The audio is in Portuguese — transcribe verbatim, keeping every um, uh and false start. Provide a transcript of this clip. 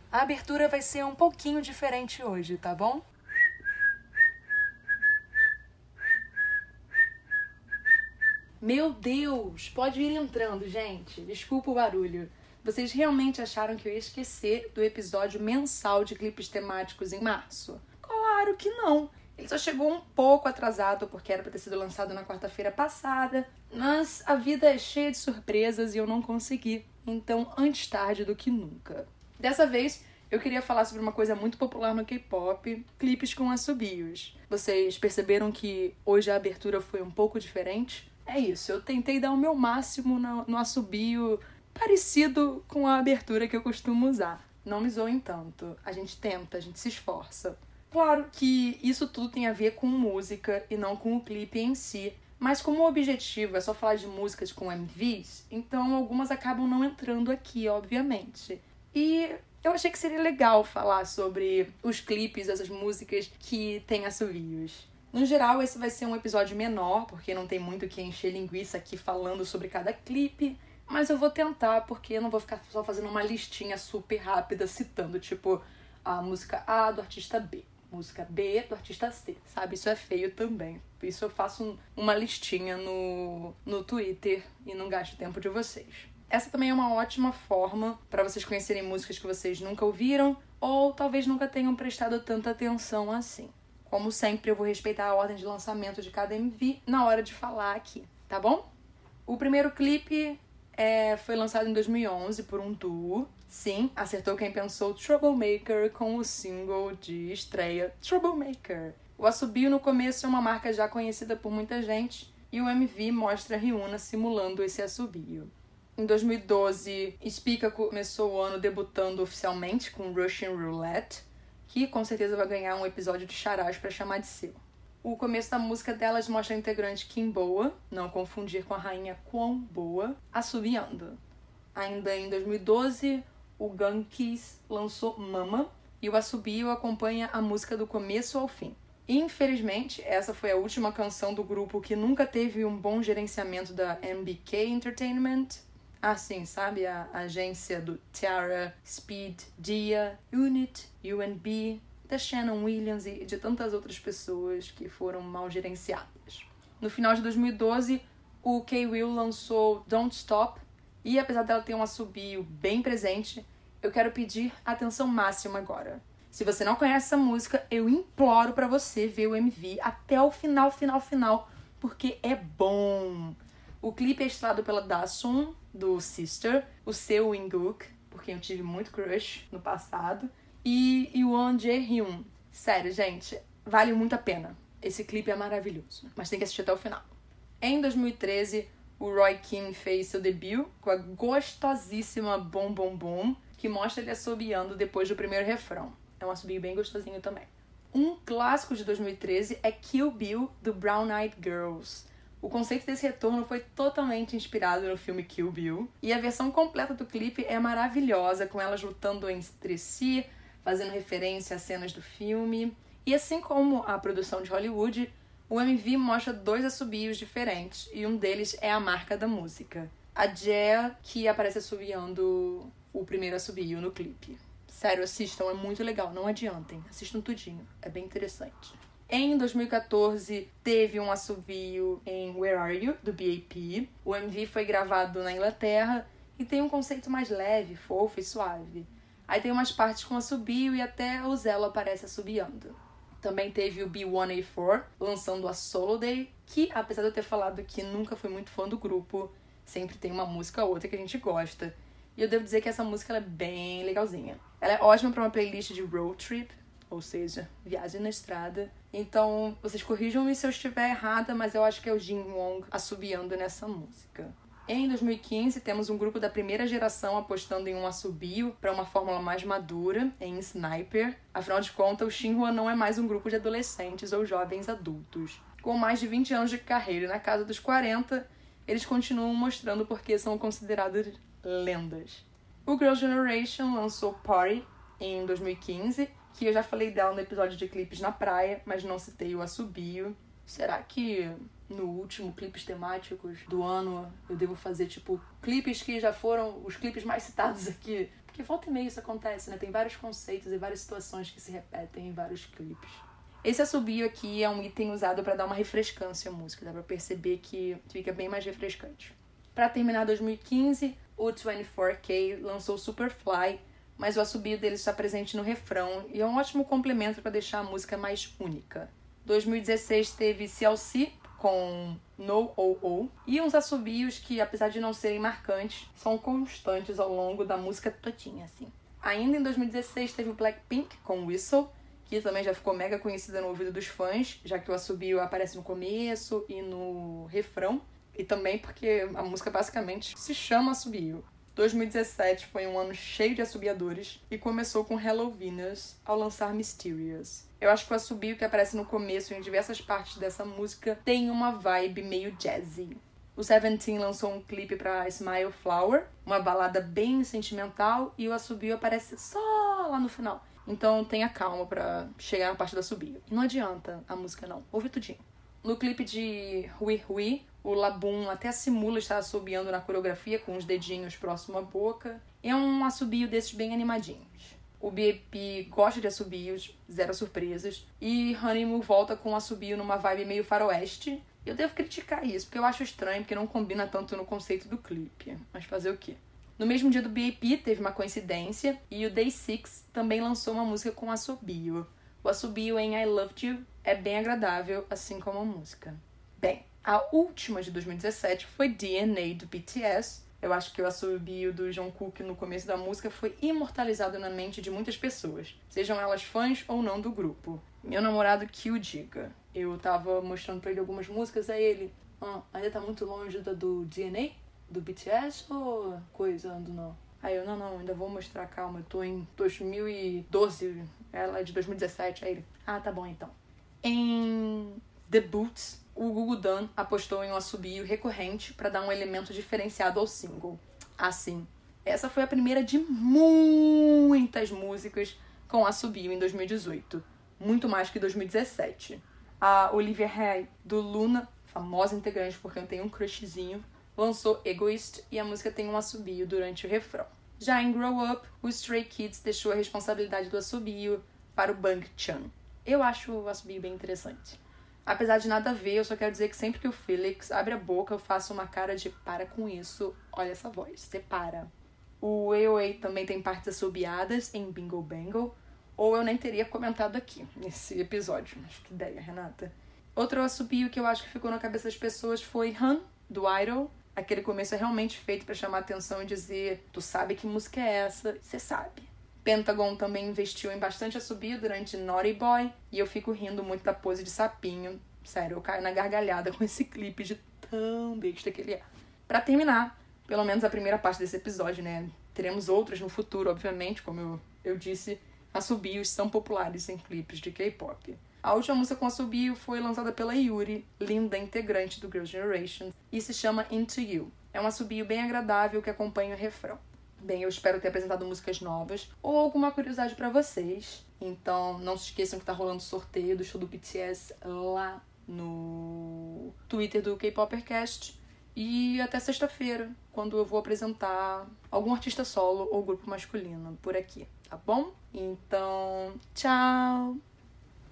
A abertura vai ser um pouquinho diferente hoje, tá bom? Meu Deus! Pode ir entrando, gente. Desculpa o barulho. Vocês realmente acharam que eu ia esquecer do episódio mensal de clipes temáticos em março? Claro que não! Ele só chegou um pouco atrasado porque era para ter sido lançado na quarta-feira passada, mas a vida é cheia de surpresas e eu não consegui, então antes tarde do que nunca. Dessa vez, eu queria falar sobre uma coisa muito popular no K-pop, clipes com assobios. Vocês perceberam que hoje a abertura foi um pouco diferente? É isso, eu tentei dar o meu máximo no, no assobio parecido com a abertura que eu costumo usar. Não me zoem tanto, a gente tenta, a gente se esforça. Claro que isso tudo tem a ver com música e não com o clipe em si, mas como o objetivo é só falar de músicas com M Vs, então algumas acabam não entrando aqui, obviamente. E eu achei que seria legal falar sobre os clipes, essas músicas que têm assovios. No geral, esse vai ser um episódio menor, porque não tem muito que encher linguiça aqui falando sobre cada clipe, mas eu vou tentar, porque eu não vou ficar só fazendo uma listinha super rápida, citando, tipo, a música A do artista B. Música B do artista C, sabe? Isso é feio também. Por isso eu faço um, uma listinha no, no Twitter e não gasto tempo de vocês. Essa também é uma ótima forma para vocês conhecerem músicas que vocês nunca ouviram ou talvez nunca tenham prestado tanta atenção assim. Como sempre, eu vou respeitar a ordem de lançamento de cada M V na hora de falar aqui, tá bom? O primeiro clipe é, foi lançado em dois mil e onze por um duo. Sim, acertou quem pensou Troublemaker com o single de estreia Troublemaker. O assobio no começo é uma marca já conhecida por muita gente e o M V mostra a Hyuna simulando esse assobio. Em dois mil e doze, Spica começou o ano debutando oficialmente com Russian Roulette, que com certeza vai ganhar um episódio de Charás pra chamar de seu. O começo da música delas mostra a integrante Kim Boa, não confundir com a rainha Kwon Boa, assobiando. Ainda em dois mil e doze, o Gunkies lançou Mama e o assobio acompanha a música do começo ao fim. Infelizmente, essa foi a última canção do grupo que nunca teve um bom gerenciamento da M B K Entertainment. Ah, sim, sabe? A agência do Tiara, Speed, Dia, Unit, U N B, da Shannon Williams e de tantas outras pessoas que foram mal gerenciadas. No final de dois mil e doze, o K-Will lançou Don't Stop e apesar dela ter um assobio bem presente, eu quero pedir atenção máxima agora. Se você não conhece essa música, eu imploro pra você ver o M V até o final, final, final, porque é bom. O clipe é estrelado pela Dasun, do Sister, o Seo In-guk, por quem eu tive muito crush no passado, e Won Jae-hyun. Sério, gente, vale muito a pena. Esse clipe é maravilhoso, mas tem que assistir até o final. Em dois mil e treze, o Roy Kim fez seu debut com a gostosíssima Bom Bom Bom, que mostra ele assobiando depois do primeiro refrão. É um assobio bem gostosinho também. Um clássico de dois mil e treze é Kill Bill, do Brown Eyed Girls. O conceito desse retorno foi totalmente inspirado no filme Kill Bill, e a versão completa do clipe é maravilhosa, com elas lutando entre si, fazendo referência às cenas do filme. E assim como a produção de Hollywood, o M V mostra dois assobios diferentes, e um deles é a marca da música. A Jia, que aparece assobiando o primeiro assobio no clipe. Sério, assistam, é muito legal, não adiantem, assistam tudinho, é bem interessante. Em dois mil e quatorze, teve um assobio em Where Are You, do B A P. O M V foi gravado na Inglaterra e tem um conceito mais leve, fofo e suave. Aí tem umas partes com assobio e até o Zelo aparece assobiando. Também teve o B cento e oitenta e quatro lançando a Solo Day, que apesar de eu ter falado que nunca fui muito fã do grupo, sempre tem uma música ou outra que a gente gosta. E eu devo dizer que essa música ela é bem legalzinha. Ela é ótima para uma playlist de road trip, ou seja, viagem na estrada. Então, vocês corrijam-me se eu estiver errada, mas eu acho que é o Jin Wong assobiando nessa música. Em dois mil e quinze, temos um grupo da primeira geração apostando em um assobio para uma fórmula mais madura, em Sniper. Afinal de contas, o Shinhwa não é mais um grupo de adolescentes ou jovens adultos. Com mais de vinte anos de carreira e na casa dos quarenta, eles continuam mostrando porque são considerados lendas. O Girl Generation lançou Party em dois mil e quinze, que eu já falei dela no episódio de clipes na praia, mas não citei o assobio. Será que no último clipes temáticos do ano eu devo fazer, tipo, clipes que já foram os clipes mais citados aqui? Porque Porque volta e meia isso acontece, né? Tem vários conceitos e várias situações que se repetem em vários clipes. Esse assobio aqui é um item usado pra dar uma refrescância à música. Dá pra perceber que fica bem mais refrescante. Pra terminar dois mil e quinze, o vinte e quatro K lançou Superfly, mas o assobio dele está presente no refrão e é um ótimo complemento para deixar a música mais única. dois mil e dezesseis teve C L C com No O O e uns assobios que, apesar de não serem marcantes, são constantes ao longo da música todinha, assim. Ainda em dois mil e dezesseis teve o Blackpink com Whistle, que também já ficou mega conhecida no ouvido dos fãs, já que o assobio aparece no começo e no refrão, e também porque a música basicamente se chama assobio. dois mil e dezessete foi um ano cheio de assobiadores e começou com Hello Venus ao lançar Mysterious. Eu acho que o assobio que aparece no começo e em diversas partes dessa música tem uma vibe meio jazzy. O Seventeen lançou um clipe pra Smile Flower, uma balada bem sentimental, e o assobio aparece só lá no final. Então tenha calma pra chegar na parte do assobio. E não adianta a música não, ouve tudinho. No clipe de Hui Hui, o Laboon até simula estar assobiando na coreografia com os dedinhos próximo à boca. É um assobio desses bem animadinhos. O B A P gosta de assobios, zero surpresas. E Honeymoon volta com um assobio numa vibe meio faroeste. Eu devo criticar isso, porque eu acho estranho, porque não combina tanto no conceito do clipe. Mas fazer o quê? No mesmo dia do B A P teve uma coincidência e o Day six também lançou uma música com assobio. O assobio em I Loved You é bem agradável, assim como a música. Bem, a última de dois mil e dezessete foi D N A do B T S. Eu acho que o assobio do Jungkook no começo da música foi imortalizado na mente de muitas pessoas, sejam elas fãs ou não do grupo. Meu namorado que o diga. Eu tava mostrando pra ele algumas músicas, aí ele... Ah, ainda tá muito longe da do D N A? Do B T S ou coisa ando não? Aí eu, não, não, ainda vou mostrar, calma, eu tô em dois mil e doze, ela é de dois mil e dezessete, aí ele... Ah, tá bom então. Em The Boots, o Gugu Dan apostou em um assobio recorrente para dar um elemento diferenciado ao single. Assim, essa foi a primeira de muitas músicas com assobio em dois mil e dezoito. Muito mais que dois mil e dezessete. A Olivia Hay, do Luna, famosa integrante porque eu tenho um crushzinho, lançou Egoist e a música tem um assobio durante o refrão. Já em Grow Up, o Stray Kids deixou a responsabilidade do assobio para o Bang Chan. Eu acho o assobio bem interessante. Apesar de nada a ver, eu só quero dizer que sempre que o Felix abre a boca, eu faço uma cara de para com isso, olha essa voz, separa. O A O A também tem partes assobiadas em Bingo Bango, ou eu nem teria comentado aqui nesse episódio. Mas que ideia, Renata. Outro assobio que eu acho que ficou na cabeça das pessoas foi Han, do Idol. Aquele começo é realmente feito pra chamar atenção e dizer, tu sabe que música é essa? Você sabe. Pentagon também investiu em bastante assobio durante Naughty Boy, e eu fico rindo muito da pose de sapinho. Sério, eu caio na gargalhada com esse clipe de tão besta que ele é. Pra terminar, pelo menos a primeira parte desse episódio, né? Teremos outras no futuro, obviamente, como eu, eu disse, assobios são populares em clipes de K-pop. A última música com assobio foi lançada pela Yuri, linda integrante do Girls' Generation, e se chama Into You. É um assobio bem agradável que acompanha o refrão. Bem, eu espero ter apresentado músicas novas ou alguma curiosidade pra vocês. Então, não se esqueçam que tá rolando sorteio do show do B T S lá no Twitter do K-Popercast. E até sexta-feira, quando eu vou apresentar algum artista solo ou grupo masculino por aqui, tá bom? Então, tchau!